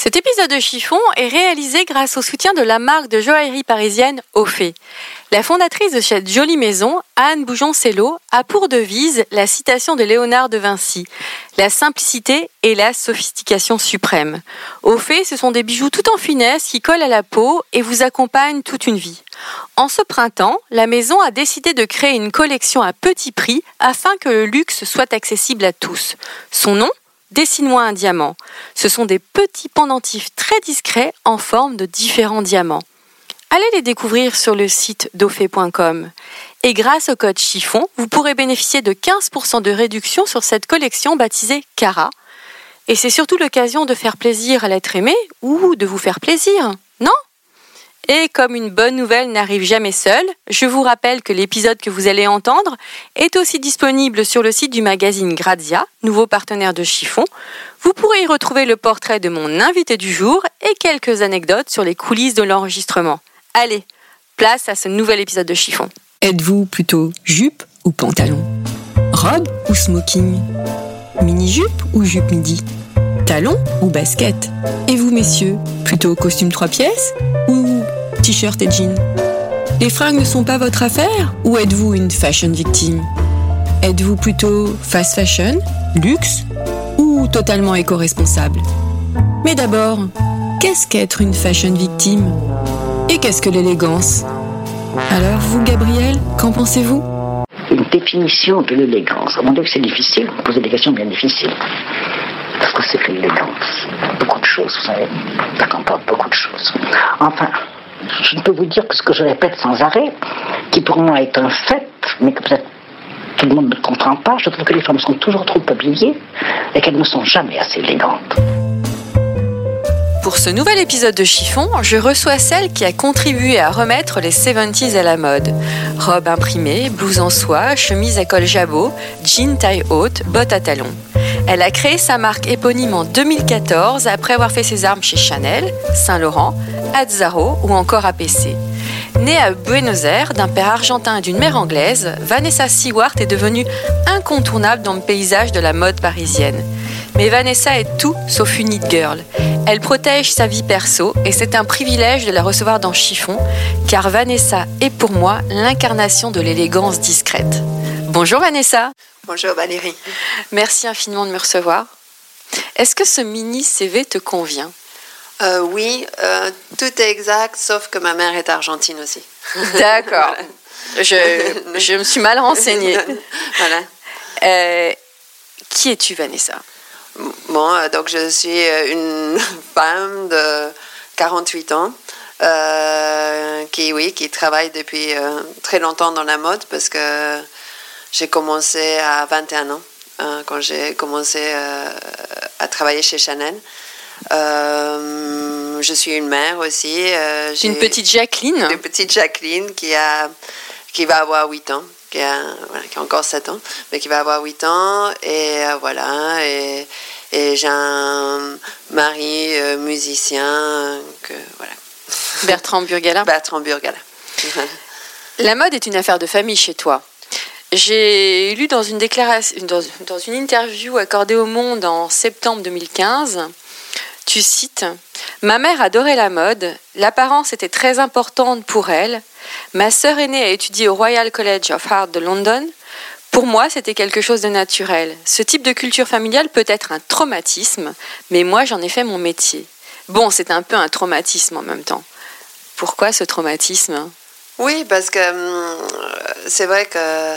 Cet épisode de Chiffon est réalisé grâce au soutien de la marque de joaillerie parisienne Aufé. La fondatrice de cette jolie maison, Anne Boujon-Cello, a pour devise la citation de Léonard de Vinci « La simplicité et la sophistication suprême ». Aufé, ce sont des bijoux tout en finesse qui collent à la peau et vous accompagnent toute une vie. En ce printemps, la maison a décidé de créer une collection à petit prix afin que le luxe soit accessible à tous. Son nom ? Dessine-moi un diamant. Ce sont des petits pendentifs très discrets en forme de différents diamants. Allez les découvrir sur le site daufé.com. Et grâce au code chiffon, vous pourrez bénéficier de 15% de réduction sur cette collection baptisée Cara. Et c'est surtout l'occasion de faire plaisir à l'être aimé ou de vous faire plaisir, non ? Et comme une bonne nouvelle n'arrive jamais seule, je vous rappelle que l'épisode que vous allez entendre est aussi disponible sur le site du magazine Grazia, nouveau partenaire de Chiffon. Vous pourrez y retrouver le portrait de mon invité du jour et quelques anecdotes sur les coulisses de l'enregistrement. Allez, place à ce nouvel épisode de Chiffon. Êtes-vous plutôt jupe ou pantalon ? Robe ou smoking ? Mini-jupe ou jupe midi ? Talon ou basket ? Et vous, messieurs, plutôt costume 3 pièces ou t-shirt et jean ? Les fringues ne sont pas votre affaire ou êtes-vous une fashion victime ? Êtes-vous plutôt fast fashion, luxe ou totalement éco-responsable ? Mais d'abord, qu'est-ce qu'être une fashion victime ? Et qu'est-ce que l'élégance ? Alors vous, Gabriel, qu'en pensez-vous ? Une définition de l'élégance. À mon avis, c'est difficile. Vous posez des questions bien difficiles. Parce que c'est que l'élégance. Beaucoup de choses, vous savez. Ça comporte beaucoup de choses. Enfin, je ne peux vous dire que ce que je répète sans arrêt, qui pour moi est un fait, mais que peut-être tout le monde ne comprend pas, je trouve que les femmes sont toujours trop habillées et qu'elles ne sont jamais assez élégantes. Pour ce nouvel épisode de Chiffon, je reçois celle qui a contribué à remettre les 70s à la mode. Robe imprimée, blouse en soie, chemise à col jabot, jean taille haute, bottes à talons. Elle a créé sa marque éponyme en 2014 après avoir fait ses armes chez Chanel, Saint-Laurent, Azzaro ou encore APC. Née à Buenos Aires d'un père argentin et d'une mère anglaise, Vanessa Seward est devenue incontournable dans le paysage de la mode parisienne. Mais Vanessa est tout sauf une it girl. Elle protège sa vie perso et c'est un privilège de la recevoir dans Chiffon, car Vanessa est pour moi l'incarnation de l'élégance discrète. Bonjour Vanessa. Bonjour Valérie. Merci infiniment de me recevoir. Est-ce que ce mini CV te convient ? Oui, tout est exact, sauf que ma mère est argentine aussi. D'accord. Voilà. Je me suis mal renseignée. Voilà. Qui es-tu, Vanessa ? Bon, donc je suis une femme de 48 ans qui travaille depuis très longtemps dans la mode parce que j'ai commencé à 21 ans quand j'ai commencé à travailler chez Chanel. Je suis une mère aussi. Une petite Jacqueline. Une petite Jacqueline qui va avoir 8 ans. Qui a encore 7 ans, mais qui va avoir 8 ans. Et voilà. Et j'ai un mari musicien. Voilà. Bertrand Burgala. Bertrand Burgala. La mode est une affaire de famille chez toi. J'ai lu dans une déclaration, dans une interview accordée au Monde en septembre 2015, tu cites « Ma mère adorait la mode, l'apparence était très importante pour elle. Ma sœur aînée a étudié au Royal College of Art de London. Pour moi, c'était quelque chose de naturel. Ce type de culture familiale peut être un traumatisme, mais moi, j'en ai fait mon métier. » Bon, c'est un peu un traumatisme en même temps. Pourquoi ce traumatisme ? Oui, parce que c'est vrai que...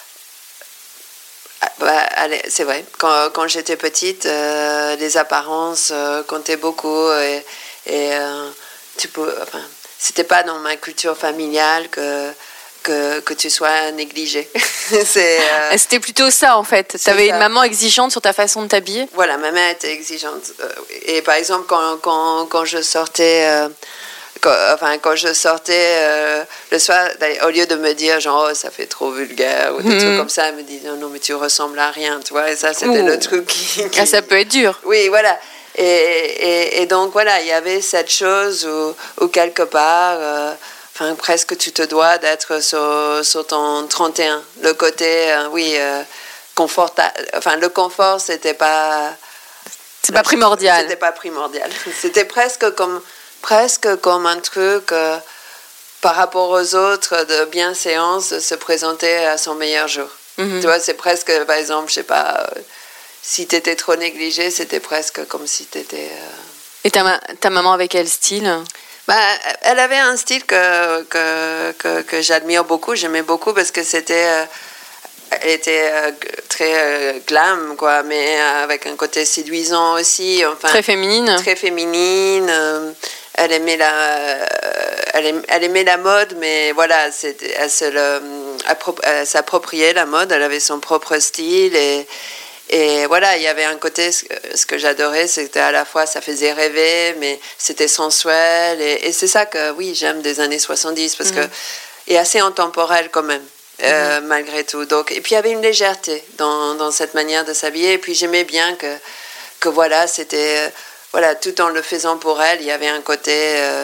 c'est vrai, quand j'étais petite, les apparences comptaient beaucoup et c'était pas dans ma culture familiale que tu sois négligée. C'était plutôt ça en fait. Tu avais une maman exigeante sur ta façon de t'habiller ? Voilà, ma mère était exigeante. Et par exemple, quand je sortais... Quand je sortais le soir, au lieu de me dire genre ça fait trop vulgaire ou des trucs comme ça, elle me dit non mais tu ressembles à rien, tu vois, et ça c'était le truc qui... Ah, ça peut être dur. Oui, voilà. Et donc voilà, il y avait cette chose où quelque part, presque tu te dois d'être sur ton 31. Le côté, confortable, le confort c'était pas C'est pas primordial. C'était pas primordial. C'était presque comme un truc par rapport aux autres de bienséance, de se présenter à son meilleur jour. Tu vois, c'est presque, par exemple, je sais pas, si tu étais trop négligée, c'était presque comme si tu étais... Et ta maman avait quel style? Elle avait un style que j'admire beaucoup, j'aimais beaucoup parce que elle était très glam, quoi, mais avec un côté séduisant aussi. Enfin, très féminine. Très féminine. Elle aimait la mode, mais voilà, elle s'appropriait la mode. Elle avait son propre style et voilà, il y avait un côté, ce que j'adorais, c'était à la fois, ça faisait rêver, mais c'était sensuel. Et c'est ça que, oui, j'aime des années 70, parce que et assez intemporel quand même. Malgré tout. Donc, et puis il y avait une légèreté dans cette manière de s'habiller. Et puis j'aimais bien que voilà, c'était voilà, tout en le faisant pour elle, il y avait un côté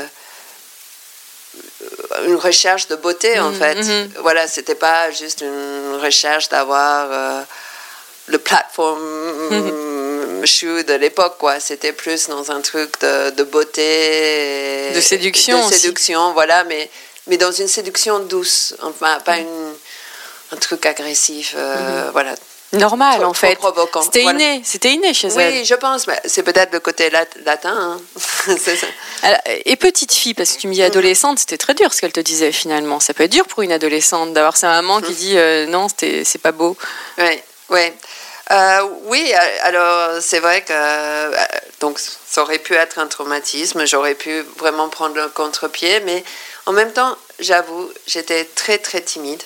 une recherche de beauté en fait. Voilà, c'était pas juste une recherche d'avoir le platform shoe de l'époque, quoi. C'était plus dans un truc de beauté, de séduction, voilà, mais dans une séduction douce, enfin pas un truc agressif, voilà. Normal, en fait. Provoquant. C'était inné chez elle. Oui, je pense. C'est peut-être le côté latin. Hein. C'est ça. Alors, et petite fille, parce que tu me dis adolescente, c'était très dur ce qu'elle te disait finalement. Ça peut être dur pour une adolescente d'avoir sa maman qui dit non, c'est pas beau. Oui. Oui, alors c'est vrai que donc ça aurait pu être un traumatisme. J'aurais pu vraiment prendre le contre-pied, mais en même temps, j'avoue, j'étais très très timide.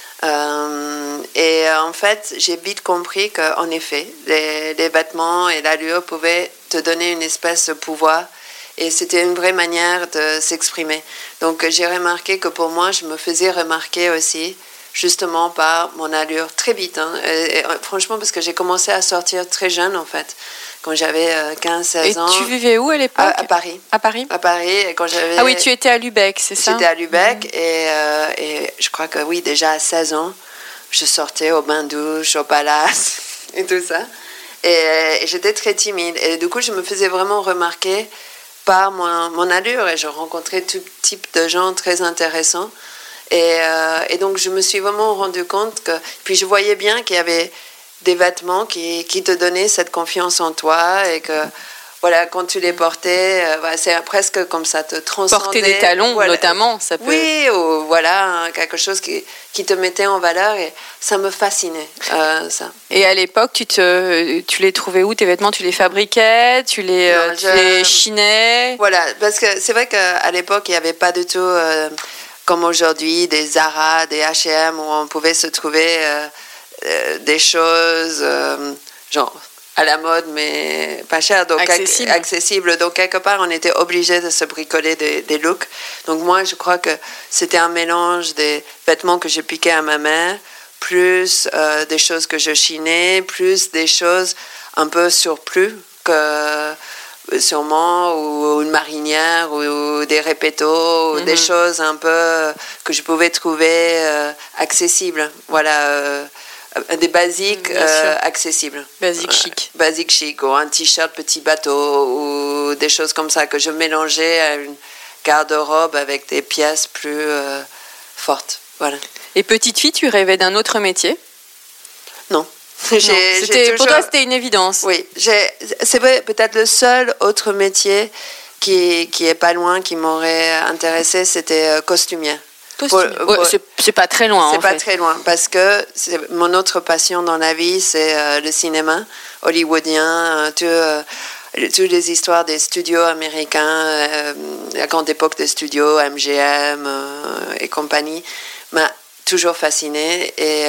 Et en fait, j'ai vite compris qu'en effet, les vêtements et l'allure pouvaient te donner une espèce de pouvoir. Et c'était une vraie manière de s'exprimer. Donc j'ai remarqué que pour moi, je me faisais remarquer aussi, justement par mon allure très vite. Hein. Et franchement, parce que j'ai commencé à sortir très jeune, en fait, quand j'avais 15-16 ans. Et tu vivais où à l'époque? À Paris. À Paris? À Paris. Et quand j'avais... Ah oui, tu étais à Lübeck, c'est ça? J'étais à Lübeck et je crois que oui, déjà à 16 ans, je sortais au bain-douche, au palace et tout ça. Et j'étais très timide. Et du coup, je me faisais vraiment remarquer par mon allure et je rencontrais tout type de gens très intéressants. Et donc, je me suis vraiment rendu compte que... Puis, je voyais bien qu'il y avait des vêtements qui te donnaient cette confiance en toi et que, voilà, quand tu les portais, c'est presque comme ça, te transcendait. Porter des talons, voilà. Notamment, ça peut... Oui, ou voilà, quelque chose qui te mettait en valeur et ça me fascinait, ça. Et à l'époque, tu les trouvais où, tes vêtements? Tu les fabriquais? Tu les chinais? Voilà, parce que c'est vrai qu'à l'époque, il n'y avait pas du tout... comme aujourd'hui, des Zara, des H&M, où on pouvait se trouver des choses genre à la mode, mais pas cher, donc accessible. Donc, quelque part, on était obligé de se bricoler des looks. Donc, moi, je crois que c'était un mélange des vêtements que je piquais à ma mère, plus des choses que je chinais, plus des choses un peu surplus que... sûrement, ou une marinière, ou des répétos, ou des choses un peu que je pouvais trouver accessibles. Voilà, des basiques accessibles. Basiques chic. Basiques chic, ou un t-shirt petit bateau, ou des choses comme ça que je mélangeais à une garde-robe avec des pièces plus fortes. Voilà. Et petite fille, tu rêvais d'un autre métier? Non. Pour toi, c'était une évidence. Oui, c'est vrai, peut-être le seul autre métier qui est pas loin, qui m'aurait intéressé, c'était costumière. C'est pas très loin, c'est pas très loin, parce que mon autre passion dans la vie, c'est le cinéma hollywoodien, toutes les histoires des studios américains, la grande époque des studios, MGM et compagnie, m'a toujours fascinée.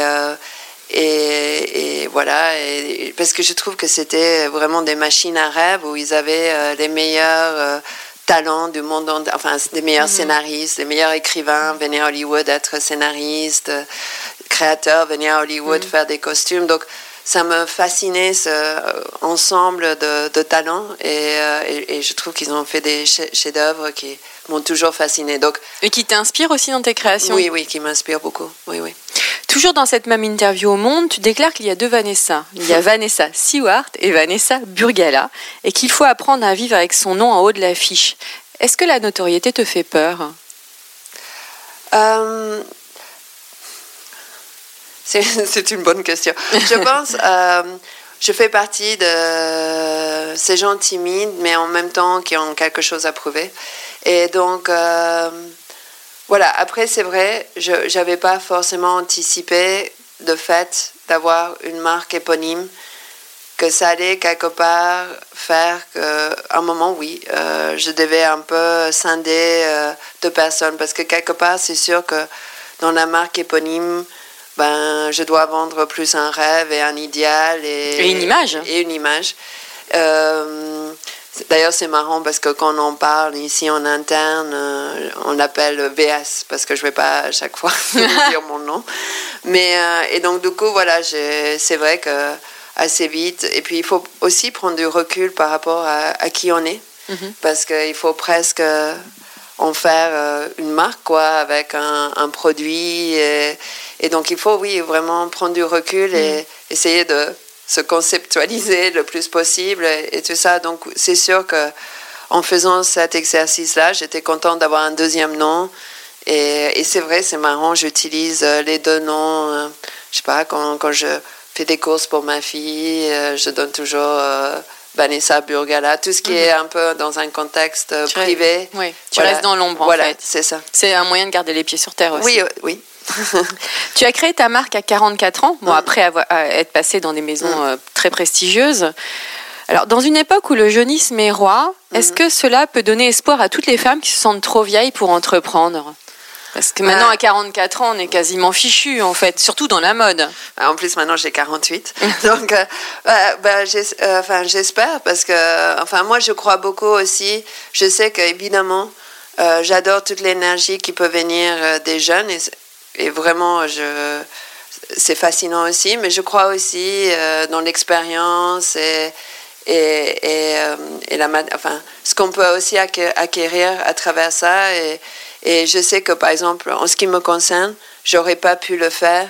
Et voilà, parce que je trouve que c'était vraiment des machines à rêve où ils avaient les meilleurs talents du monde, enfin les meilleurs scénaristes, les meilleurs écrivains venaient à Hollywood être scénaristes, créateurs venaient à Hollywood faire des costumes. Donc ça me fascinait, ce ensemble de talents, et je trouve qu'ils ont fait des chefs-d'œuvre qui m'ont toujours fasciné. Donc, et qui t'inspirent aussi dans tes créations? Oui, qui m'inspirent beaucoup. Oui. Toujours dans cette même interview au Monde, tu déclares qu'il y a 2 Vanessa. Il y a Vanessa Seward et Vanessa Burgala, et qu'il faut apprendre à vivre avec son nom en haut de l'affiche. Est-ce que la notoriété te fait peur ? C'est une bonne question. Je pense, je fais partie de ces gens timides, mais en même temps qui ont quelque chose à prouver. Et donc, voilà. Après, c'est vrai, je n'avais pas forcément anticipé le fait d'avoir une marque éponyme, que ça allait quelque part faire qu'à un moment, oui, je devais un peu scinder de personnes. Parce que quelque part, c'est sûr que dans la marque éponyme, je dois vendre plus un rêve et un idéal et une image. Et une image. D'ailleurs, c'est marrant parce que quand on en parle ici en interne, on l'appelle VS parce que je ne vais pas à chaque fois dire mon nom. Mais, et donc, du coup, voilà, c'est vrai que assez vite. Et puis, il faut aussi prendre du recul par rapport à qui on est. Mm-hmm. Parce qu'il faut presque en faire une marque, quoi, avec un produit. Et donc, il faut, oui, vraiment prendre du recul et essayer de se conceptualiser le plus possible et tout ça. Donc, c'est sûr qu'en faisant cet exercice-là, j'étais contente d'avoir un deuxième nom. Et c'est vrai, c'est marrant, j'utilise les 2 noms. Je sais pas, quand je fais des courses pour ma fille, je donne toujours Vanessa Burgala, tout ce qui est un peu dans un contexte privé. Oui, tu restes dans l'ombre, en fait. Voilà, c'est ça. C'est un moyen de garder les pieds sur terre aussi. Oui, oui. Tu as créé ta marque à 44 ans, après être passée dans des maisons très prestigieuses. Alors, dans une époque où le jeunisme est roi, est-ce que cela peut donner espoir à toutes les femmes qui se sentent trop vieilles pour entreprendre ? Parce que maintenant, à 44 ans, on est quasiment fichu, en fait, surtout dans la mode. En plus, maintenant, j'ai 48. Donc, j'espère, parce que, moi, je crois beaucoup aussi. Je sais qu'évidemment, j'adore toute l'énergie qui peut venir des jeunes. Et vraiment, c'est fascinant aussi. Mais je crois aussi dans l'expérience et ce qu'on peut aussi acquérir à travers ça. Et je sais que, par exemple, en ce qui me concerne, j'aurais pas pu le faire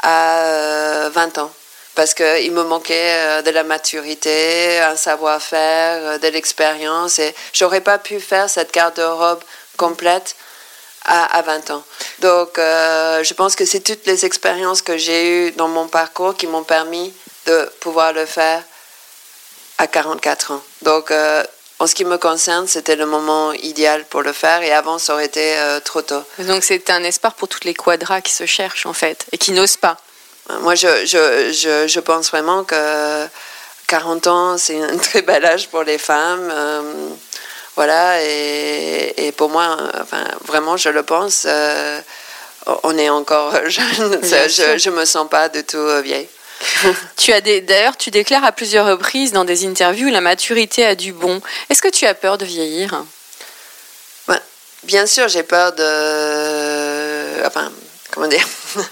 à 20 ans. Parce qu'il me manquait de la maturité, un savoir-faire, de l'expérience. Et j'aurais pas pu faire cette garde-robe complète à 20 ans. Donc, je pense que c'est toutes les expériences que j'ai eues dans mon parcours qui m'ont permis de pouvoir le faire à 44 ans. Donc, en ce qui me concerne, c'était le moment idéal pour le faire et avant, ça aurait été trop tôt. Donc, c'est un espoir pour toutes les quadras qui se cherchent, en fait, et qui n'osent pas. Moi, je pense vraiment que 40 ans, c'est un très bel âge pour les femmes. Voilà, et pour moi, vraiment, je le pense, on est encore jeune. Je ne me sens pas du tout vieille. D'ailleurs, tu déclares à plusieurs reprises dans des interviews la maturité a du bon. Est-ce que tu as peur de vieillir ? Bien sûr, j'ai peur de... comment dire ?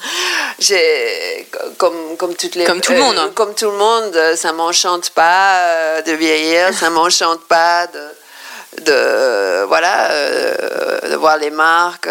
Comme tout le monde. Comme tout le monde, ça ne m'enchante pas de vieillir, ça ne m'enchante pas de voir les marques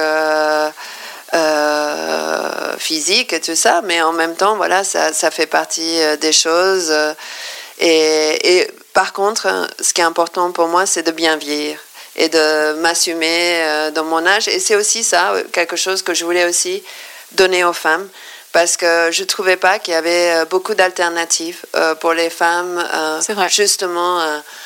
physiques et tout ça, mais en même temps, voilà, ça fait partie des choses. Et par contre, ce qui est important pour moi, c'est de bien vieillir et de m'assumer dans mon âge. Et c'est aussi ça, quelque chose que je voulais aussi donner aux femmes, parce que je ne trouvais pas qu'il y avait beaucoup d'alternatives pour les femmes, justement,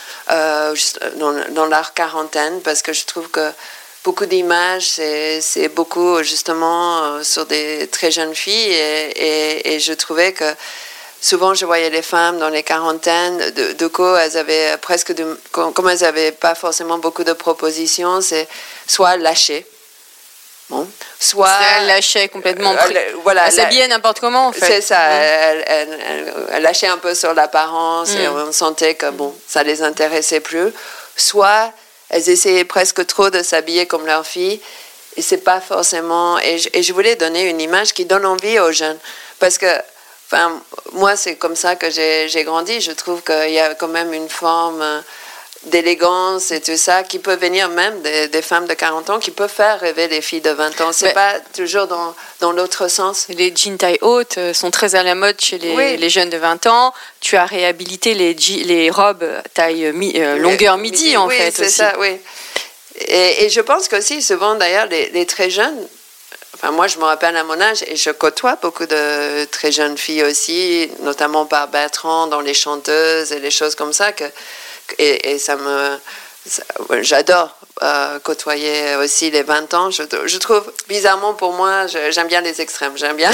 dans leur quarantaine, parce que je trouve que beaucoup d'images, c'est beaucoup justement sur des très jeunes filles, et je trouvais que souvent je voyais les femmes dans les quarantaines, de quoi elles avaient presque, comme elles n'avaient pas forcément beaucoup de propositions, c'est soit lâcher. Bon, soit elle lâchait complètement. Elle s'habillait n'importe comment, en fait. C'est ça. Elle lâchait un peu sur l'apparence et on sentait que ça les intéressait plus. Soit elles essayaient presque trop de s'habiller comme leurs filles et c'est pas forcément. Et je voulais donner une image qui donne envie aux jeunes, parce que, moi, c'est comme ça que j'ai grandi. Je trouve qu'il y a quand même une forme d'élégance et tout ça, qui peut venir même des femmes de 40 ans, qui peuvent faire rêver les filles de 20 ans. C'est pas toujours dans l'autre sens. Les jeans taille haute sont très à la mode chez les jeunes de 20 ans. Tu as réhabilité les robes taille longueur midi, en fait. C'est aussi. ça, oui. Et je pense qu'aussi, souvent, d'ailleurs, les très jeunes, enfin, moi, je me rappelle à mon âge, et je côtoie beaucoup de très jeunes filles aussi, notamment par Bertrand, dans les chanteuses et les choses comme ça, et j'adore côtoyer aussi les 20 ans. Je trouve, bizarrement pour moi, j'aime bien les extrêmes. J'aime bien,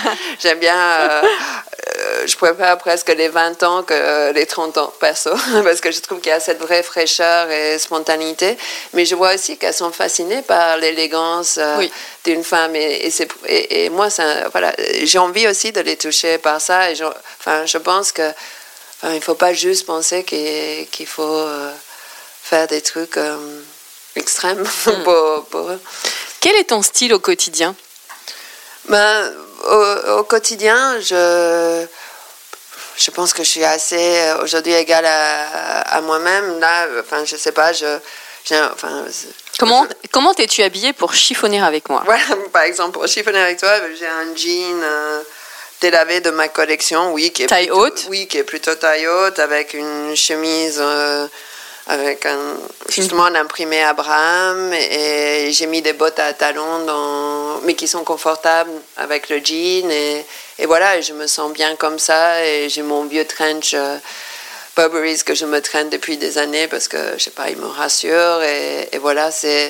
je préfère presque les 20 ans que les 30 ans, perso, parce que je trouve qu'il y a cette vraie fraîcheur et spontanéité. Mais je vois aussi qu'elles sont fascinées par l'élégance d'une femme. Et moi, voilà, j'ai envie aussi de les toucher par ça. Et je pense que il ne faut pas juste penser qu'il faut faire des trucs extrêmes pour eux. Quel est ton style au quotidien? Au quotidien, je pense que je suis assez aujourd'hui égale à moi-même. Là, enfin, je sais pas, Comment t'es-tu habillée pour chiffonner avec moi? Voilà, par exemple, pour chiffonner avec toi, j'ai un jean délavé de ma collection, qui est taille haute. Oui, qui est plutôt taille haute, avec une chemise avec justement un imprimé Abraham, et j'ai mis des bottes à talons mais qui sont confortables avec le jean, et voilà, et je me sens bien comme ça, et j'ai mon vieux trench Burberry's que je me traîne depuis des années parce que je sais pas, il me rassure, et voilà,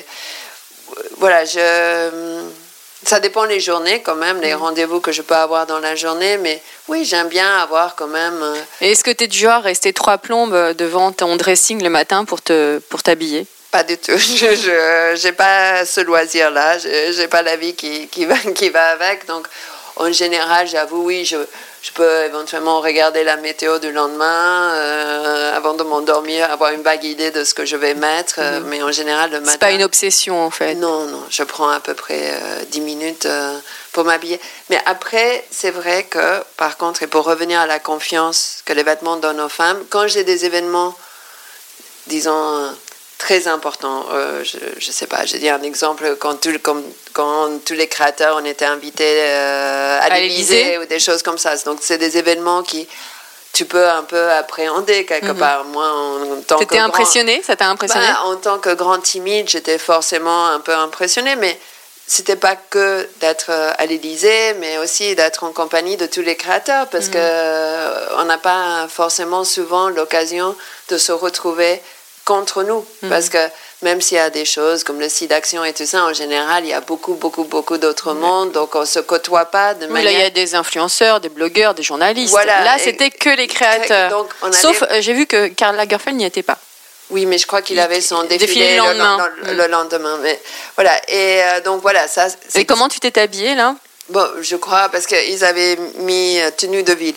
ça dépend les journées quand même, les rendez-vous que je peux avoir dans la journée, mais oui, j'aime bien avoir quand même... Et est-ce que tu es du genre à rester 3 plombes devant ton dressing le matin pour t'habiller? Pas du tout. Je n'ai pas ce loisir-là. Je n'ai pas la vie qui va avec. Donc, en général, j'avoue, oui, je peux éventuellement regarder la météo du lendemain avant de m'endormir, avoir une vague idée de ce que je vais mettre. Mais en général, le matin... C'est pas une obsession, en fait. Non, je prends à peu près 10 minutes pour m'habiller. Mais après, c'est vrai que, par contre, et pour revenir à la confiance que les vêtements donnent aux femmes, quand j'ai des événements, disons... très important. Je sais pas, j'ai dit un exemple, quand tous les créateurs on était invités à l'Élysée ou des choses comme ça. Donc c'est des événements qui tu peux un peu appréhender quelque part. Moi, en tant que impressionnée? Ça t'a impressionné? En tant que grand timide, j'étais forcément un peu impressionnée, mais c'était pas que d'être à l'Élysée, mais aussi d'être en compagnie de tous les créateurs, parce que on n'a pas forcément souvent l'occasion de se retrouver contre nous, parce que même s'il y a des choses comme le site d'action et tout ça, en général, il y a beaucoup d'autres mondes, donc on ne se côtoie pas de manière... Là, il y a des influenceurs, des blogueurs, des journalistes. Voilà, là, c'était que les créateurs. Donc, sauf, j'ai vu que Karl Lagerfeld n'y était pas. Oui, mais je crois qu'il avait son défilé le lendemain. Mais voilà, et donc voilà, ça... Et comment tu t'es habillée, là? Bon, je crois, parce qu'ils avaient mis tenue de ville.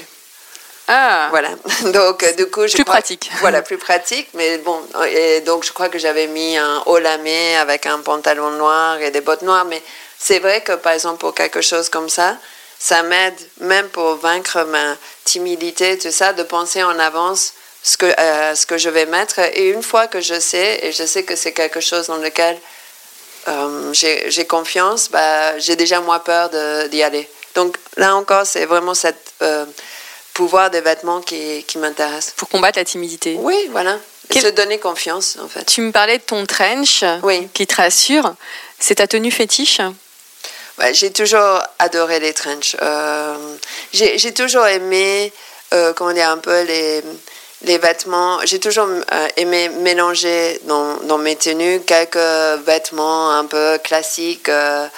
Ah. Voilà, donc du coup plus pratique. Voilà, plus pratique, mais bon, et donc je crois que j'avais mis un haut lamé avec un pantalon noir et des bottes noires, mais c'est vrai que par exemple pour quelque chose comme ça m'aide même pour vaincre ma timidité, tout ça, de penser en avance ce que je vais mettre, et une fois que je sais que c'est quelque chose dans lequel j'ai confiance, j'ai déjà moins peur d'y aller. Donc là encore, c'est vraiment cette pouvoir des vêtements qui m'intéresse. Pour combattre la timidité. Oui, voilà. Se donner confiance, en fait. Tu me parlais de ton trench qui te rassure. C'est ta tenue fétiche? Ouais, j'ai toujours adoré les trenchs. J'ai toujours aimé, un peu les vêtements. J'ai toujours aimé mélanger dans mes tenues quelques vêtements un peu classiques,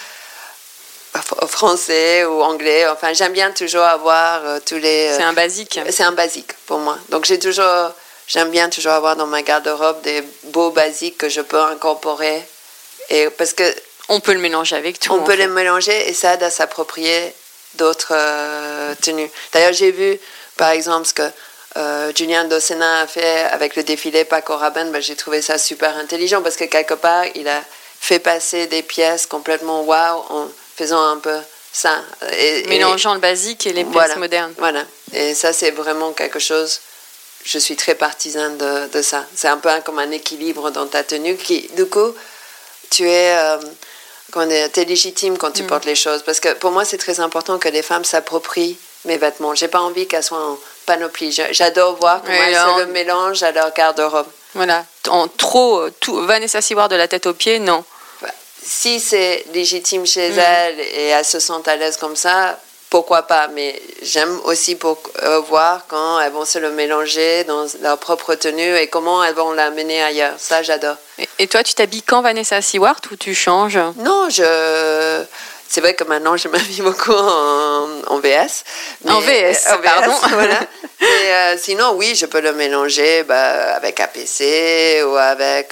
français ou anglais, enfin j'aime bien toujours avoir tous les... C'est un basique. C'est un basique pour moi. Donc j'aime bien toujours avoir dans ma garde-robe des beaux basiques que je peux incorporer, et parce que on peut le mélanger avec tout. On peut les mélanger, et ça aide à s'approprier d'autres tenues. D'ailleurs, j'ai vu par exemple ce que Julien Dossena a fait avec le défilé Paco Rabanne. J'ai trouvé ça super intelligent, parce que quelque part il a fait passer des pièces complètement waouh en faisant un peu ça. Mélangeant le basique et les pièces modernes. Voilà. Et ça, c'est vraiment quelque chose je suis très partisane de ça. C'est un peu comme un équilibre dans ta tenue qui, du coup, tu es... t'es légitime quand tu portes les choses. Parce que pour moi, c'est très important que les femmes s'approprient mes vêtements. J'ai pas envie qu'elles soient en panoplie. J'adore voir comment elles se le mélangent à leur garde-robe. Voilà. Vanessa Seward de la tête aux pieds, non. Si c'est légitime chez elles et elles se sentent à l'aise comme ça, pourquoi pas. Mais j'aime aussi voir quand elles vont se le mélanger dans leur propre tenue et comment elles vont l'amener ailleurs. Ça, j'adore. Et toi, tu t'habilles quand Vanessa Seward ou tu changes? Non, c'est vrai que maintenant, je m'habille beaucoup en VS. En VS, pardon. Voilà. Mais sinon, oui, je peux le mélanger avec APC ou avec,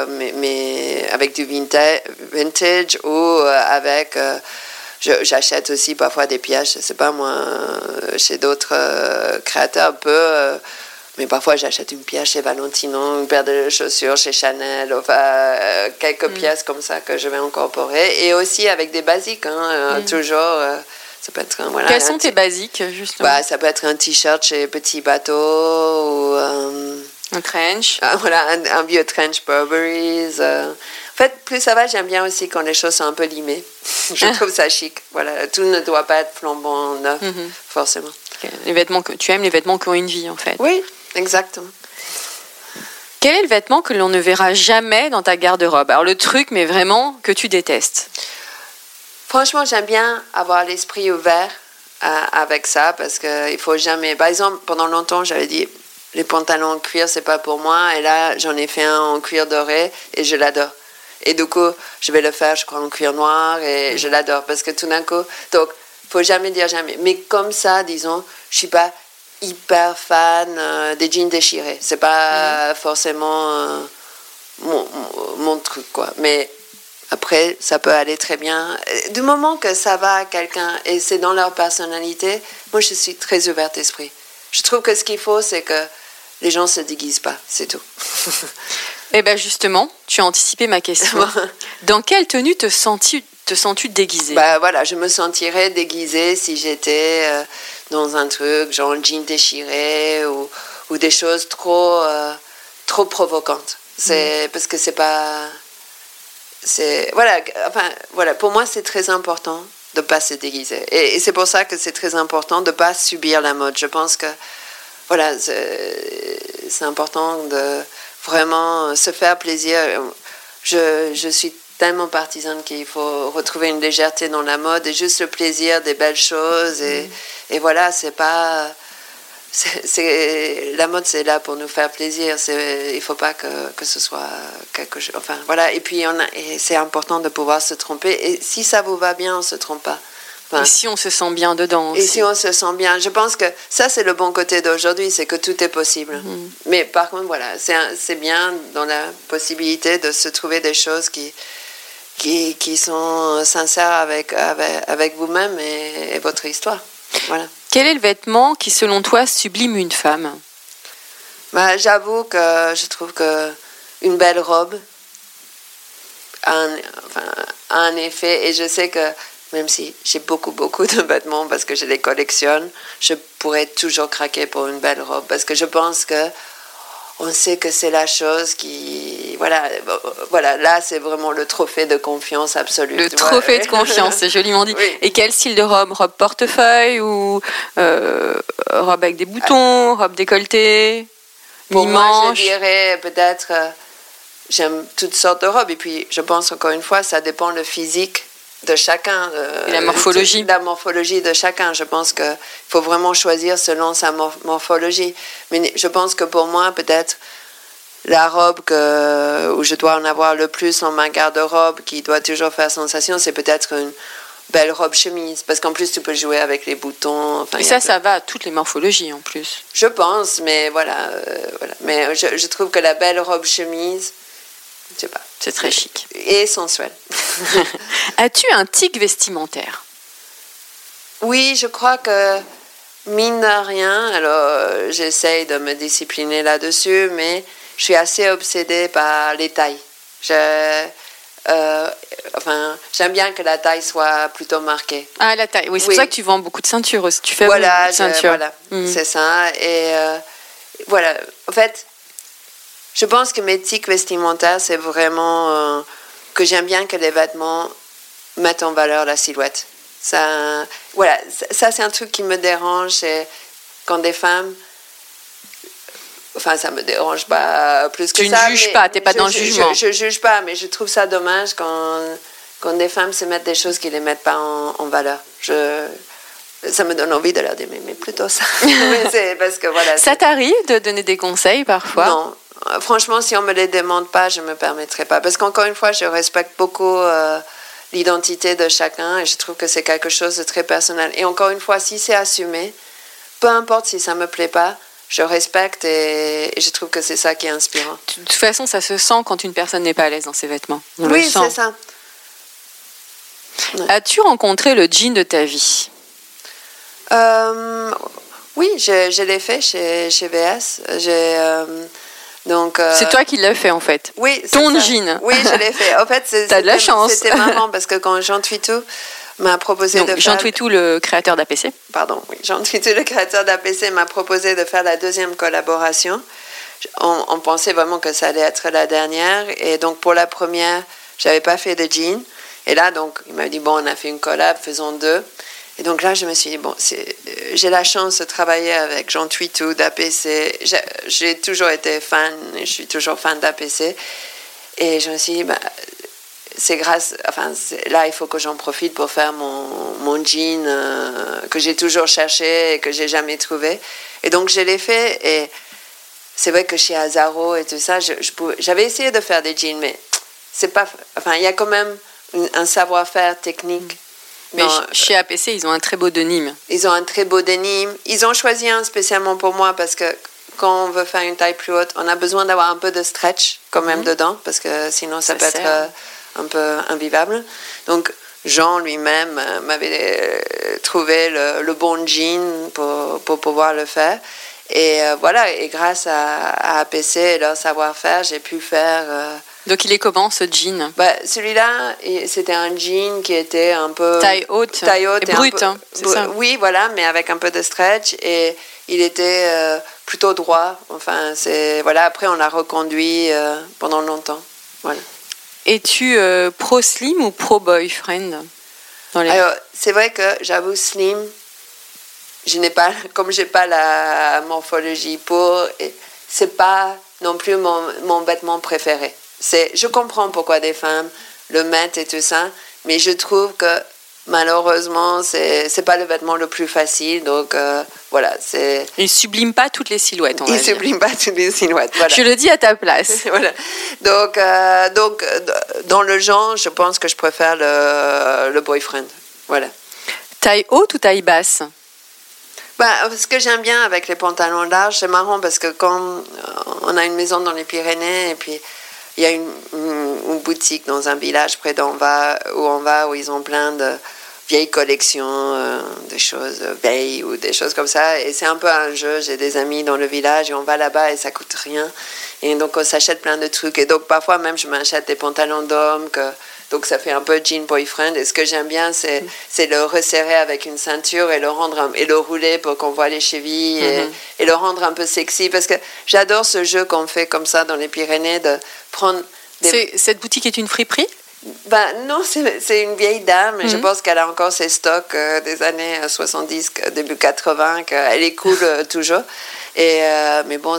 avec du vintage ou avec... j'achète aussi parfois des pièces, je sais pas moi, chez d'autres créateurs un peu... mais parfois, j'achète une pièce chez Valentino, une paire de chaussures chez Chanel, enfin, quelques pièces comme ça que je vais incorporer. Et aussi avec des basiques, toujours. Ça peut être, voilà, quels sont tes basiques, justement? Ça peut être un t-shirt chez Petit Bateau ou... un trench. Voilà, un vieux trench Burberry's. En fait, plus ça va, j'aime bien aussi quand les choses sont un peu limées. Je trouve ça chic. Voilà, tout ne doit pas être flambant neuf, forcément. Les vêtements que tu aimes, les vêtements qui ont une vie, en fait. Oui. Exactement. Quel est le vêtement que l'on ne verra jamais dans ta garde-robe? Alors le truc, mais vraiment, que tu détestes. Franchement, j'aime bien avoir l'esprit ouvert avec ça parce qu'il faut jamais... Par exemple, pendant longtemps, j'avais dit les pantalons en cuir, c'est pas pour moi. Et là, j'en ai fait un en cuir doré et je l'adore. Et du coup, je vais le faire, je crois, en cuir noir et je l'adore parce que tout d'un coup... Donc, faut jamais dire jamais. Mais comme ça, disons, je suis pas hyper fan des jeans déchirés. C'est pas forcément mon truc, quoi. Mais après, ça peut aller très bien. Du moment que ça va à quelqu'un et c'est dans leur personnalité, moi, je suis très ouverte d'esprit. Je trouve que ce qu'il faut, c'est que les gens se déguisent pas, c'est tout. Eh bien, justement, tu as anticipé ma question. Dans quelle tenue te sens-tu déguisée? Voilà, je me sentirais déguisée si j'étais dans un truc genre jean déchiré ou des choses trop provocantes. Parce que c'est pas... Voilà, pour moi, c'est très important de ne pas se déguiser. Et c'est pour ça que c'est très important de ne pas subir la mode. Je pense que voilà, c'est important de vraiment se faire plaisir. Je suis tellement partisane qu'il faut retrouver une légèreté dans la mode et juste le plaisir des belles choses. Et voilà, c'est pas... la mode, c'est là pour nous faire plaisir. Il ne faut pas que ce soit quelque chose... Enfin, voilà. Et puis, et c'est important de pouvoir se tromper. Et si ça vous va bien, on ne se trompe pas. Enfin, et si on se sent bien dedans aussi. Et si on se sent bien. Je pense que ça, c'est le bon côté d'aujourd'hui, c'est que tout est possible. Mais par contre, voilà, c'est bien dans la possibilité de se trouver des choses qui sont sincères avec vous-même et votre histoire. Voilà. Quel est le vêtement qui, selon toi, sublime une femme? J'avoue que je trouve qu'une belle robe a un effet. Et je sais que même si j'ai beaucoup de vêtements parce que je les collectionne, je pourrais toujours craquer pour une belle robe. Parce que je pense que on sait que c'est la chose qui... Voilà, là, c'est vraiment le trophée de confiance absolue. Le trophée de confiance, c'est joliment dit. Oui. Et quel style de robe? Robe portefeuille ou robe avec des boutons, robe décolletée, Pour mi-manche? Moi, je dirais peut-être... j'aime toutes sortes de robes. Et puis, je pense, encore une fois, ça dépend le physique de chacun. Et la morphologie. La morphologie de chacun. Je pense qu'il faut vraiment choisir selon sa morphologie. Mais je pense que pour moi, peut-être, la robe où je dois en avoir le plus dans ma garde-robe, qui doit toujours faire sensation, c'est peut-être une belle robe chemise. Parce qu'en plus, tu peux jouer avec les boutons. Enfin, et ça va à toutes les morphologies, en plus. Je pense, mais voilà. Mais je trouve que la belle robe chemise, je sais pas. C'est très chic. Et sensuel. As-tu un tic vestimentaire? Oui, je crois que, mine de rien, alors j'essaye de me discipliner là-dessus, mais je suis assez obsédée par les tailles. J'aime bien que la taille soit plutôt marquée. Ah, la taille, oui, c'est pour ça que tu vends beaucoup de ceintures aussi. Tu fais beaucoup de ceintures. C'est ça. voilà, en fait, je pense que mes tics vestimentaires, c'est vraiment que j'aime bien que les vêtements mettent en valeur la silhouette. Ça, voilà, ça c'est un truc qui me dérange, c'est quand des femmes... Enfin, ça me dérange pas plus que ça. Tu ne juges pas, t'es pas dans le jugement. Je juge pas, mais je trouve ça dommage quand des femmes se mettent des choses qui les mettent pas en valeur. Ça me donne envie de leur dire, mais plutôt ça. Mais c'est parce que voilà. Ça t'arrive de donner des conseils parfois? Non, franchement, si on me les demande pas, je me permettrai pas. Parce qu'encore une fois, je respecte beaucoup l'identité de chacun et je trouve que c'est quelque chose de très personnel. Et encore une fois, si c'est assumé, peu importe si ça me plaît pas, je respecte et je trouve que c'est ça qui est inspirant. De toute façon, ça se sent quand une personne n'est pas à l'aise dans ses vêtements. On le oui, sent. c'est ça. Ouais. As-tu rencontré le jean de ta vie? Oui, je l'ai fait chez VS. C'est toi qui l'as fait en fait. Oui, ton ça. jean. Oui, je l'ai fait. En fait, t'as de la chance. C'était marrant parce que quand Jean Twitou m'a proposé de faire... Jean Twitou, le créateur d'APC. Pardon, oui. Jean Twitou, le créateur d'APC, m'a proposé de faire la deuxième collaboration. On pensait vraiment que ça allait être la dernière. Et donc, pour la première, j'avais pas fait de jean. Et là, donc, il m'a dit, bon, on a fait une collab, faisons 2. Et donc là, je me suis dit, bon, j'ai la chance de travailler avec Jean Twitou d'APC. J'ai toujours été fan, et je suis toujours fan d'APC. Et je me suis dit, c'est grâce... Enfin, là, il faut que j'en profite pour faire mon jean que j'ai toujours cherché et que j'ai jamais trouvé. Et donc, je l'ai fait. Et c'est vrai que chez Azaro et tout ça, j'avais essayé de faire des jeans, mais c'est pas... Enfin, il y a quand même un savoir-faire technique. Mais chez APC, ils ont un très beau denim. Ils ont un très beau denim. Ils ont choisi un spécialement pour moi parce que quand on veut faire une taille plus haute, on a besoin d'avoir un peu de stretch quand même dedans parce que sinon ça peut être un peu invivable. Donc Jean lui-même m'avait trouvé le bon jean pour pouvoir le faire. Et voilà, et grâce à APC et leur savoir-faire, j'ai pu faire... Donc il est comment ce jean? Celui-là, c'était un jean qui était un peu... Taille haute et brut, hein, c'est ça? Oui, voilà, mais avec un peu de stretch. Et il était plutôt droit. Enfin, voilà, après, on l'a reconduit pendant longtemps. Voilà. Es-tu pro-slim ou pro-boyfriend? Alors, c'est vrai que j'avoue, slim, comme je n'ai pas la morphologie pour... C'est pas non plus mon vêtement préféré. Je comprends pourquoi des femmes le mettent et tout ça, mais je trouve que malheureusement, c'est pas le vêtement le plus facile. Donc voilà, il sublime pas toutes les silhouettes. Il sublime pas toutes les silhouettes. Voilà. Je le dis à ta place. Voilà. Donc dans le genre, je pense que je préfère le boyfriend. Voilà. Taille haute ou taille basse? Ce que j'aime bien avec les pantalons larges, c'est marrant parce que quand on a une maison dans les Pyrénées et puis il y a une boutique dans un village près où ils ont plein de vieilles collections, de choses vieilles ou des choses comme ça. Et c'est un peu un jeu. J'ai des amis dans le village et on va là-bas et ça coûte rien. Et donc on s'achète plein de trucs. Et donc parfois même je m'achète des pantalons d'homme donc ça fait un peu jean boyfriend. Et ce que j'aime bien, c'est le resserrer avec une ceinture et le rouler pour qu'on voit les chevilles et le rendre un peu sexy. Parce que j'adore ce jeu qu'on fait comme ça dans les Pyrénées de prendre... Cette boutique est une friperie? Non, c'est une vieille dame. Et je pense qu'elle a encore ses stocks des années 70, début 80, qu'elle est cool toujours. Mais bon,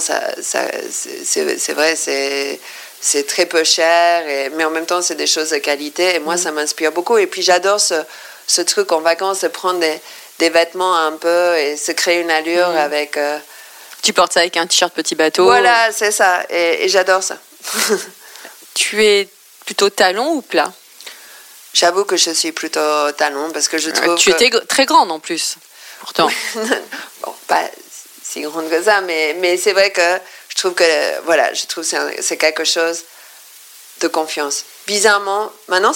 c'est vrai, c'est très peu cher, mais en même temps, c'est des choses de qualité. Et moi, ça m'inspire beaucoup. Et puis, j'adore ce truc en vacances, de prendre des vêtements un peu et se créer une allure avec... Tu portes ça avec un t-shirt petit bateau. Voilà, c'est ça. Et j'adore ça. Tu es plutôt talon ou plat? J'avoue que je suis plutôt talon parce que je trouve tu étais très grande en plus, pourtant. Bon, pas si grande que ça, mais c'est vrai que je trouve que c'est quelque chose de confiance. Bizarrement,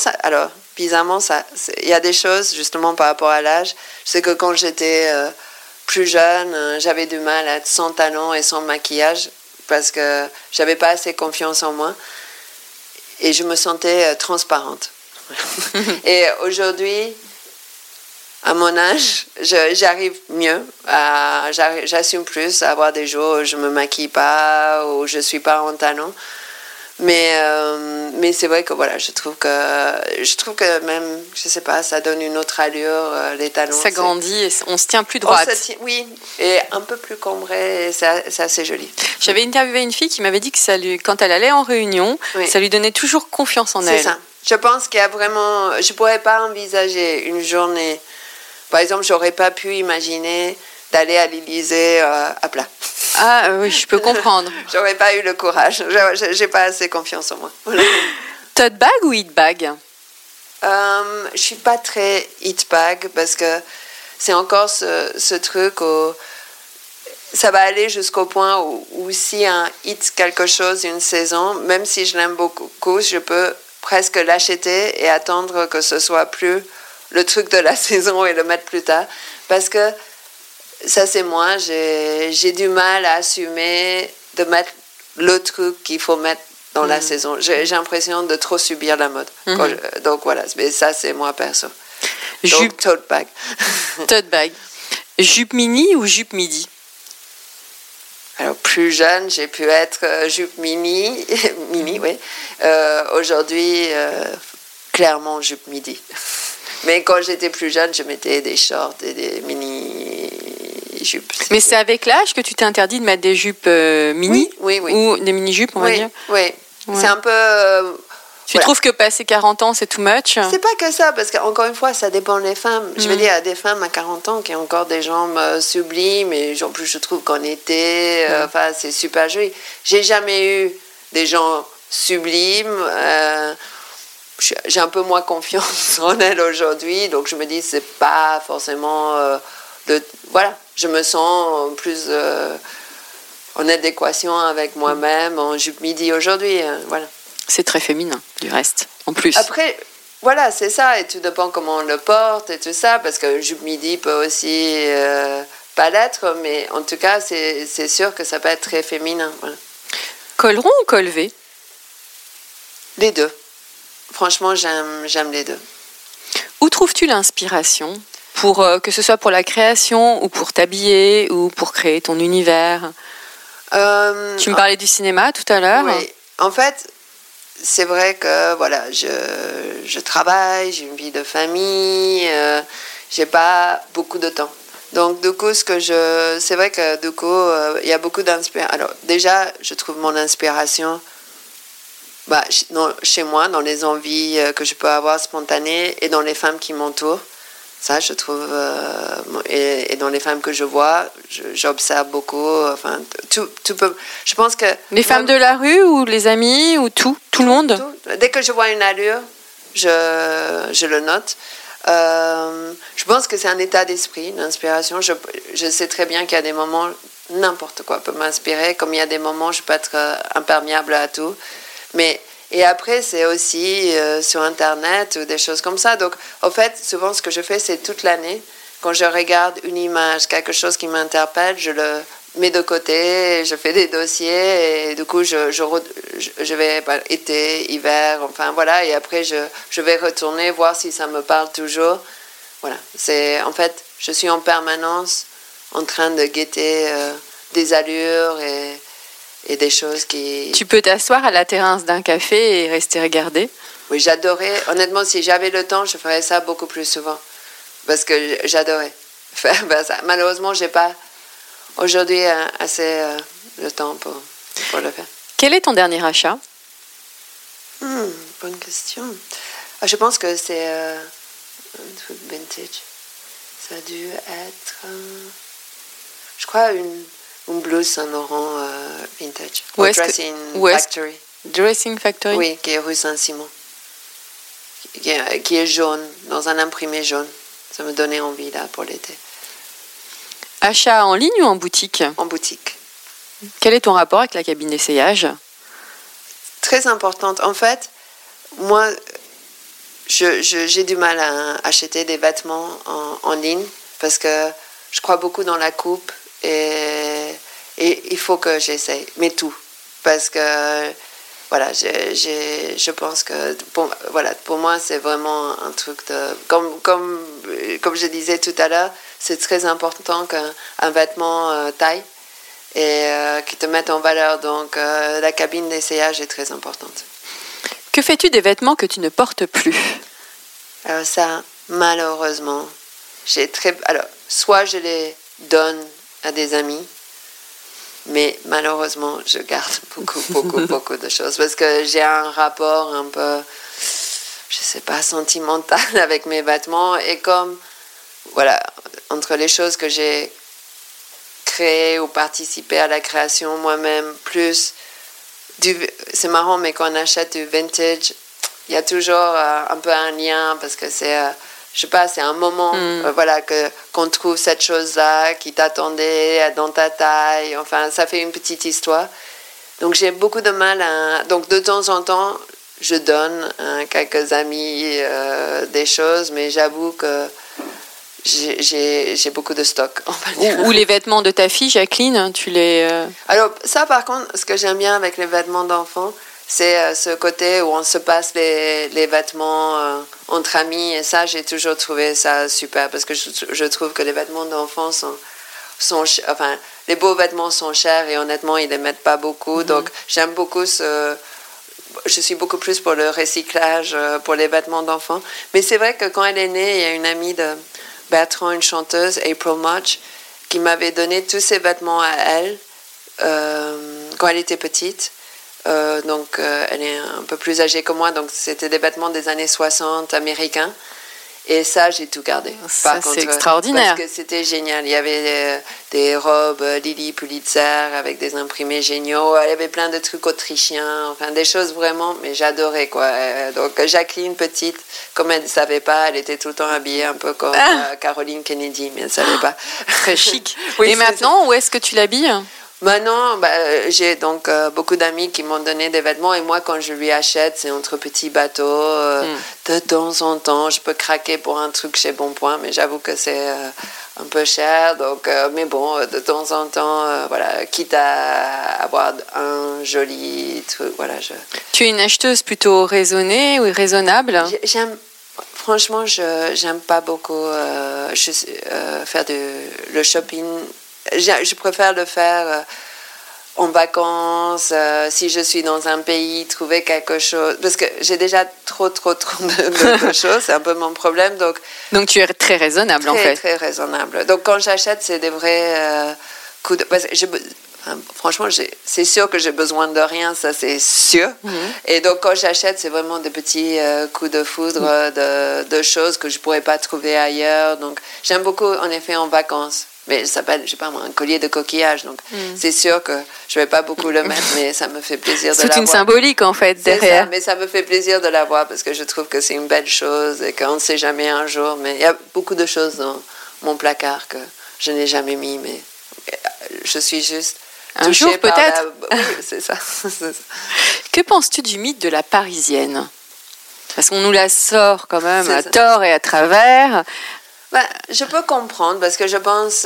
il y a des choses justement par rapport à l'âge. Je sais que quand j'étais plus jeune, j'avais du mal à être sans talons et sans maquillage parce que j'avais pas assez confiance en moi et je me sentais transparente. Et aujourd'hui, à mon âge, j'arrive mieux, j'assume plus à avoir des jours où je me maquille pas, où je suis pas en talons. Mais c'est vrai que voilà, je trouve que même, je sais pas, ça donne une autre allure, les talons. Ça grandit et on se tient plus droite. Oui, et un peu plus cambré, et c'est assez joli. J'avais interviewé une fille qui m'avait dit que quand elle allait en réunion, ça lui donnait toujours confiance en elle. C'est ça. Je pense qu'il y a vraiment, je pourrais pas envisager une journée. Par exemple, j'aurais pas pu imaginer d'aller à l'Élysée à plat. Ah oui, je peux comprendre. J'aurais pas eu le courage. J'ai pas assez confiance en moi. Voilà. Tote bag ou hit bag? Je suis pas très hit bag parce que c'est encore ce truc où ça va aller jusqu'au point où si un hit quelque chose une saison, même si je l'aime beaucoup, je peux presque l'acheter et attendre que ce soit plus le truc de la saison et le mettre plus tard. Parce que ça, c'est moi. J'ai du mal à assumer de mettre le truc qu'il faut mettre dans la saison. J'ai l'impression de trop subir la mode. Donc voilà, mais ça, c'est moi perso. Donc, tote bag. Tote bag. Jupe mini ou jupe midi? Alors, plus jeune, j'ai pu être jupe mini, oui. Aujourd'hui, clairement, jupe midi. Mais quand j'étais plus jeune, je mettais des shorts et des mini-jupes. Mais c'est avec l'âge que tu t'es interdit de mettre des jupes mini? Oui. Ou des mini-jupes, on va dire? Oui. C'est un peu... Tu trouves que passer 40 ans, c'est too much? C'est pas que ça, parce qu'encore une fois, ça dépend des femmes. Je veux dire, il y a des femmes à 40 ans qui ont encore des jambes sublimes, et en plus, je trouve qu'en été, c'est super joli. J'ai jamais eu des gens sublimes. J'ai un peu moins confiance en elles aujourd'hui, donc je me dis, c'est pas forcément... Voilà, je me sens plus en adéquation avec moi-même en jupe midi aujourd'hui, voilà. C'est très féminin, du reste, en plus. Après, voilà, c'est ça, et tout dépend comment on le porte et tout ça, parce que jupe midi peut aussi pas l'être, mais en tout cas, c'est sûr que ça peut être très féminin. Voilà. Col rond ou col V? Les deux. Franchement, j'aime les deux. Où trouves-tu l'inspiration que ce soit pour la création, ou pour t'habiller, ou pour créer ton univers? Tu me parlais du cinéma tout à l'heure. Oui, en fait... C'est vrai que voilà, je travaille, j'ai une vie de famille, j'ai pas beaucoup de temps. Donc du coup, c'est vrai que du coup, il y a beaucoup d'inspiration. Alors déjà, je trouve mon inspiration chez moi, dans les envies que je peux avoir spontanées et dans les femmes qui m'entourent. Ça, je trouve, et dans les femmes que je vois, j'observe beaucoup. Enfin, tout peut. Je pense que les femmes de la rue ou les amis ou tout le monde. Tout. Dès que je vois une allure, je le note. Je pense que c'est un état d'esprit, l'inspiration. Je sais très bien qu'il y a des moments, n'importe quoi peut m'inspirer, comme il y a des moments où je peux être imperméable à tout. Et après, c'est aussi sur Internet ou des choses comme ça. Donc, en fait, souvent, ce que je fais, c'est toute l'année. Quand je regarde une image, quelque chose qui m'interpelle, je le mets de côté, je fais des dossiers et du coup, je vais été, hiver, enfin voilà. Et après, je vais retourner voir si ça me parle toujours. Voilà. En fait, je suis en permanence en train de guetter des allures et des choses qui... Tu peux t'asseoir à la terrasse d'un café et rester regarder? Oui, j'adorais. Honnêtement, si j'avais le temps, je ferais ça beaucoup plus souvent. Parce que j'adorais faire ça. Malheureusement, je n'ai pas aujourd'hui assez le temps pour le faire. Quel est ton dernier achat? Bonne question. Je pense que c'est un truc vintage. Ça a dû être... je crois une blouse Saint-Laurent vintage. Factory. Dressing Factory. Oui, qui est rue Saint-Simon. Qui est jaune, dans un imprimé jaune. Ça me donnait envie là pour l'été. Achat en ligne ou en boutique? En boutique. Quel est ton rapport avec la cabine d'essayage? Très importante. En fait, moi, j'ai du mal à acheter des vêtements en ligne parce que je crois beaucoup dans la coupe et il faut que j'essaye, mais tout. Parce que voilà, je pense que pour moi, c'est vraiment un truc de... Comme je disais tout à l'heure, c'est très important qu'un vêtement taille et qui te mette en valeur. Donc, la cabine d'essayage est très importante. Que fais-tu des vêtements que tu ne portes plus? Alors ça, malheureusement, soit je les donne à des amis, mais malheureusement, je garde beaucoup de choses parce que j'ai un rapport un peu, je sais pas, sentimental avec mes vêtements. Et comme, voilà, entre les choses que j'ai créées ou participé à la création moi-même, plus c'est marrant, mais quand on achète du vintage, il y a toujours un peu un lien parce que c'est... je sais pas, c'est un moment qu'on trouve cette chose-là qui t'attendait dans ta taille. Enfin, ça fait une petite histoire. Donc, j'ai beaucoup de mal à... Donc, de temps en temps, je donne à quelques amis des choses, mais j'avoue que j'ai beaucoup de stock. Ou les vêtements de ta fille, Jacqueline, tu les... Alors, ça, par contre, ce que j'aime bien avec les vêtements d'enfants, c'est ce côté où on se passe les vêtements entre amis. Et ça, j'ai toujours trouvé ça super parce que je trouve que les vêtements d'enfants enfin, les beaux vêtements sont chers et honnêtement, ils ne les mettent pas beaucoup. Donc, j'aime beaucoup je suis beaucoup plus pour le recyclage, pour les vêtements d'enfants. Mais c'est vrai que quand elle est née, il y a une amie de Bertrand, une chanteuse, April March, qui m'avait donné tous ses vêtements à elle quand elle était petite. Donc, elle est un peu plus âgée que moi, donc c'était des vêtements des années 60 américains. Et ça, j'ai tout gardé. Ça, c'est extraordinaire. Parce que c'était génial. Il y avait des robes Lily Pulitzer avec des imprimés géniaux. Il y avait plein de trucs autrichiens, enfin des choses vraiment, mais j'adorais quoi. Donc Jacqueline, petite, comme elle ne savait pas, elle était tout le temps habillée un peu comme Caroline Kennedy, mais elle ne savait pas. Très chic. Oui, et maintenant, où est-ce que tu l'habilles ? Maintenant, j'ai donc beaucoup d'amis qui m'ont donné des vêtements et moi, quand je lui achète, c'est entre petits bateaux. De temps en temps, je peux craquer pour un truc chez Bonpoint, mais j'avoue que c'est un peu cher. Donc, mais bon, de temps en temps, voilà, quitte à avoir un joli truc. Voilà, Tu es une acheteuse plutôt raisonnée ou raisonnable ? Franchement, j'aime pas beaucoup faire le shopping. Je préfère le faire en vacances, si je suis dans un pays, trouver quelque chose. Parce que j'ai déjà trop de choses, c'est un peu mon problème. Donc tu es très raisonnable, en fait. Très raisonnable. Donc quand j'achète, c'est des vrais coups de... Parce que franchement, c'est sûr que j'ai besoin de rien, ça c'est sûr. Et donc quand j'achète, c'est vraiment des petits coups de foudre de choses que je ne pourrais pas trouver ailleurs. Donc j'aime beaucoup, en effet, en vacances. Mais ça s'appelle, je sais pas moi, un collier de coquillage. Donc, c'est sûr que je vais pas beaucoup le mettre, mais ça me fait plaisir de l'avoir. C'est une symbolique, en fait, derrière. Ça, mais ça me fait plaisir de l'avoir parce que je trouve que c'est une belle chose et qu'on ne sait jamais un jour. Mais il y a beaucoup de choses dans mon placard que je n'ai jamais mis, mais je suis juste un jour, peut-être. Oui, c'est ça. Que penses-tu du mythe de la Parisienne ? Parce qu'on nous la sort quand même à tort et à travers. Je peux comprendre parce que je pense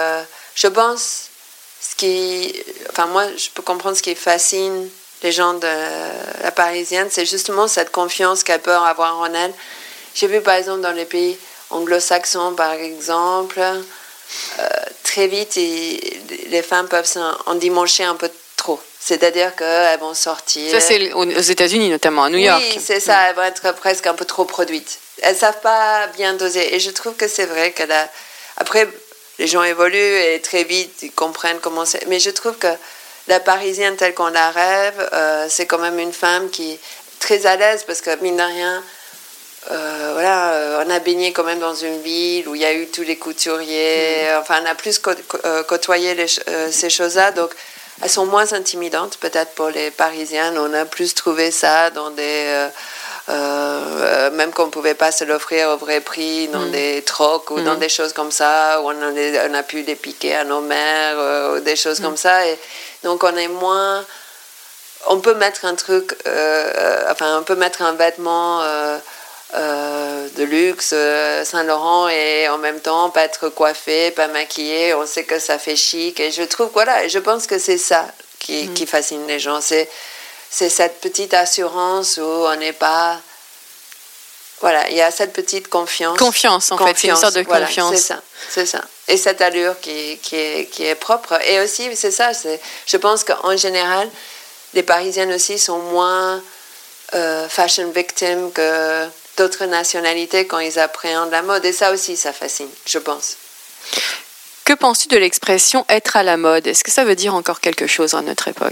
moi je peux comprendre ce qui fascine les gens de la Parisienne, c'est justement cette confiance qu'elle peut avoir en elle. J'ai vu par exemple dans les pays anglo-saxons par exemple, très vite les femmes peuvent s'endimancher un peu trop. C'est-à-dire qu'elles vont sortir... Ça, c'est aux États-Unis, notamment, à New York. Oui, c'est ça. Elles vont être presque un peu trop produites. Elles ne savent pas bien doser. Et je trouve que c'est vrai qu'elle a... Après, les gens évoluent et très vite, ils comprennent comment c'est. Mais je trouve que la Parisienne telle qu'on la rêve, c'est quand même une femme qui est très à l'aise parce que, mine de rien, on a baigné quand même dans une ville où il y a eu tous les couturiers. Enfin, on a plus côtoyé ces choses-là. Donc, elles sont moins intimidantes, peut-être pour les Parisiennes. On a plus trouvé ça dans des... même qu'on ne pouvait pas se l'offrir au vrai prix, dans des trocs ou dans des choses comme ça, où on a pu les piquer à nos mères, ou des choses comme ça. Et donc, on est moins... On peut mettre un truc... on peut mettre un vêtement... de luxe, Saint-Laurent, et en même temps pas être coiffé, pas maquillé, on sait que ça fait chic, et je trouve, voilà, et je pense que c'est ça qui fascine les gens, c'est c'est cette petite assurance où on n'est pas... Voilà, il y a cette petite confiance. Confiance, en fait, c'est une sorte de confiance. Voilà, c'est ça. Et cette allure qui est propre. Et aussi, c'est ça, je pense qu'en général, les Parisiennes aussi sont moins fashion victims que d'autres nationalités quand ils appréhendent la mode. Et ça aussi, ça fascine, je pense. Que penses-tu de l'expression « être à la mode » ? Est-ce que ça veut dire encore quelque chose à notre époque ?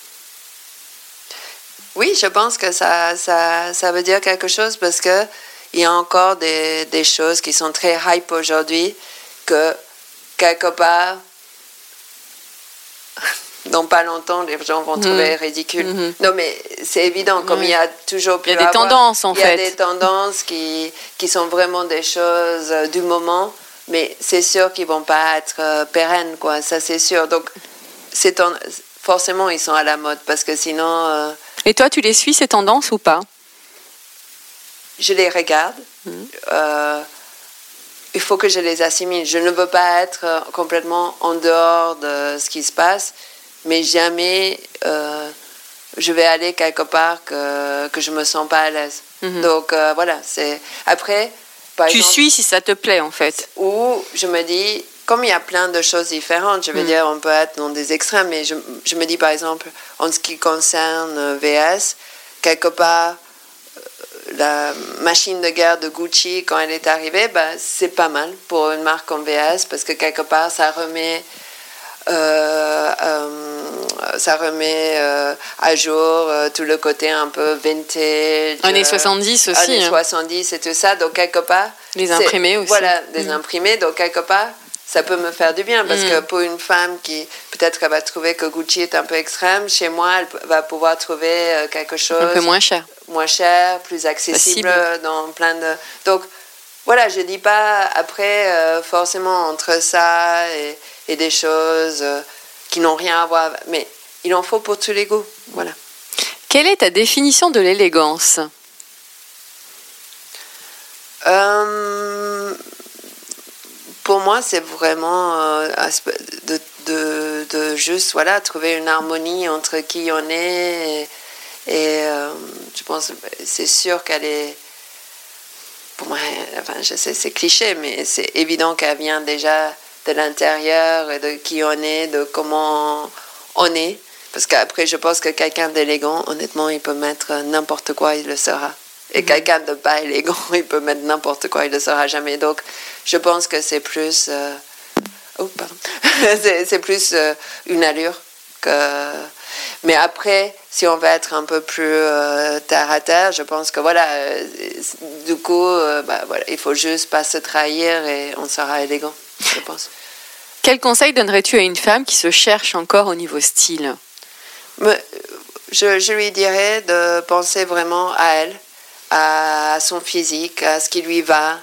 Oui, je pense que ça veut dire quelque chose parce qu'il y a encore des choses qui sont très hype aujourd'hui que, quelque part, dans pas longtemps, les gens vont trouver ridicules. Non, mais c'est évident, comme il y a toujours pu avoir... Il y a des tendances, en fait. Il y a des tendances qui sont vraiment des choses du moment, mais c'est sûr qu'ils ne vont pas être pérennes, quoi. Ça, c'est sûr. Donc, forcément, ils sont à la mode parce que sinon... Et toi, tu les suis, ces tendances, ou pas ? Je les regarde. Il faut que je les assimile. Je ne veux pas être complètement en dehors de ce qui se passe, mais jamais je vais aller quelque part que je ne me sens pas à l'aise. Donc, voilà. Après, par exemple, suis si ça te plaît, en fait. Ou je me dis... Comme il y a plein de choses différentes, je veux dire, on peut être dans des extrêmes, mais je me dis, par exemple, en ce qui concerne VS, quelque part, la machine de guerre de Gucci, quand elle est arrivée, c'est pas mal pour une marque comme VS, parce que quelque part, ça remet à jour tout le côté un peu vintage. Années 70 aussi. Années 70 et tout ça, donc quelque part... Les imprimés aussi. Voilà, des imprimés, donc quelque part... Ça peut me faire du bien parce que pour une femme qui peut-être qu'elle va trouver que Gucci est un peu extrême, chez moi, elle va pouvoir trouver quelque chose... Un peu moins cher. Moins cher, plus accessible dans plein de... Donc, voilà, je ne dis pas après forcément entre ça et des choses qui n'ont rien à voir. Mais il en faut pour tous les goûts. Voilà. Quelle est ta définition de l'élégance ? Pour moi, c'est vraiment de juste trouver une harmonie entre qui on est et je pense c'est sûr qu'elle est pour moi, je sais c'est cliché, mais c'est évident qu'elle vient déjà de l'intérieur et de qui on est, de comment on est, parce qu'après je pense que quelqu'un d'élégant, honnêtement, il peut mettre n'importe quoi, il le sera. Et quelqu'un de pas élégant, il peut mettre n'importe quoi, il ne le saura jamais. Donc, je pense que c'est plus... c'est plus une allure que... Mais après, si on veut être un peu plus terre à terre, je pense que du coup, il faut juste pas se trahir et on sera élégant, je pense. Quel conseil donnerais-tu à une femme qui se cherche encore au niveau style ? Je lui dirais de penser vraiment à elle, à son physique, à ce qui lui va,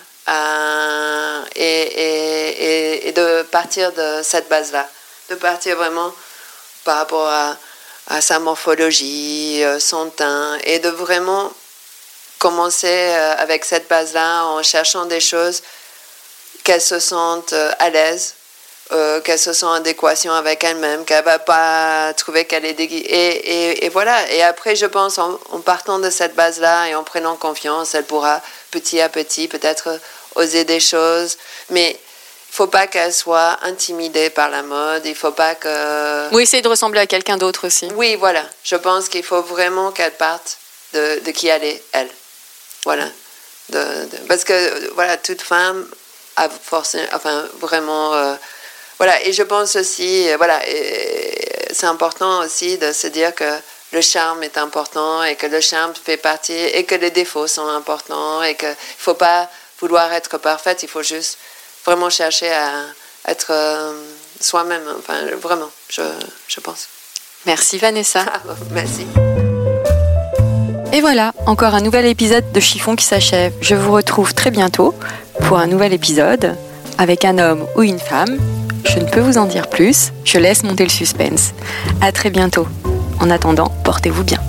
et de partir de cette base-là, de partir vraiment par rapport à sa morphologie, son teint, et de vraiment commencer avec cette base-là en cherchant des choses qu'elle se sente à l'aise, qu'elle se sent en adéquation avec elle-même, qu'elle ne va pas trouver qu'elle est déguisée. Et voilà. Et après, je pense, en partant de cette base-là et en prenant confiance, elle pourra petit à petit peut-être oser des choses. Mais il ne faut pas qu'elle soit intimidée par la mode. Il ne faut pas que... Ou essayer de ressembler à quelqu'un d'autre aussi. Oui, voilà. Je pense qu'il faut vraiment qu'elle parte de qui elle est, elle. Voilà. Parce que, voilà, toute femme a forcément... Enfin, vraiment... Voilà, et je pense aussi, c'est important aussi de se dire que le charme est important et que le charme fait partie et que les défauts sont importants et qu'il ne faut pas vouloir être parfaite, il faut juste vraiment chercher à être soi-même, enfin vraiment, je pense. Merci Vanessa. Merci. Et voilà, encore un nouvel épisode de Chiffon qui s'achève. Je vous retrouve très bientôt pour un nouvel épisode avec un homme ou une femme. Je ne peux vous en dire plus, je laisse monter le suspense. À très bientôt. En attendant, portez-vous bien.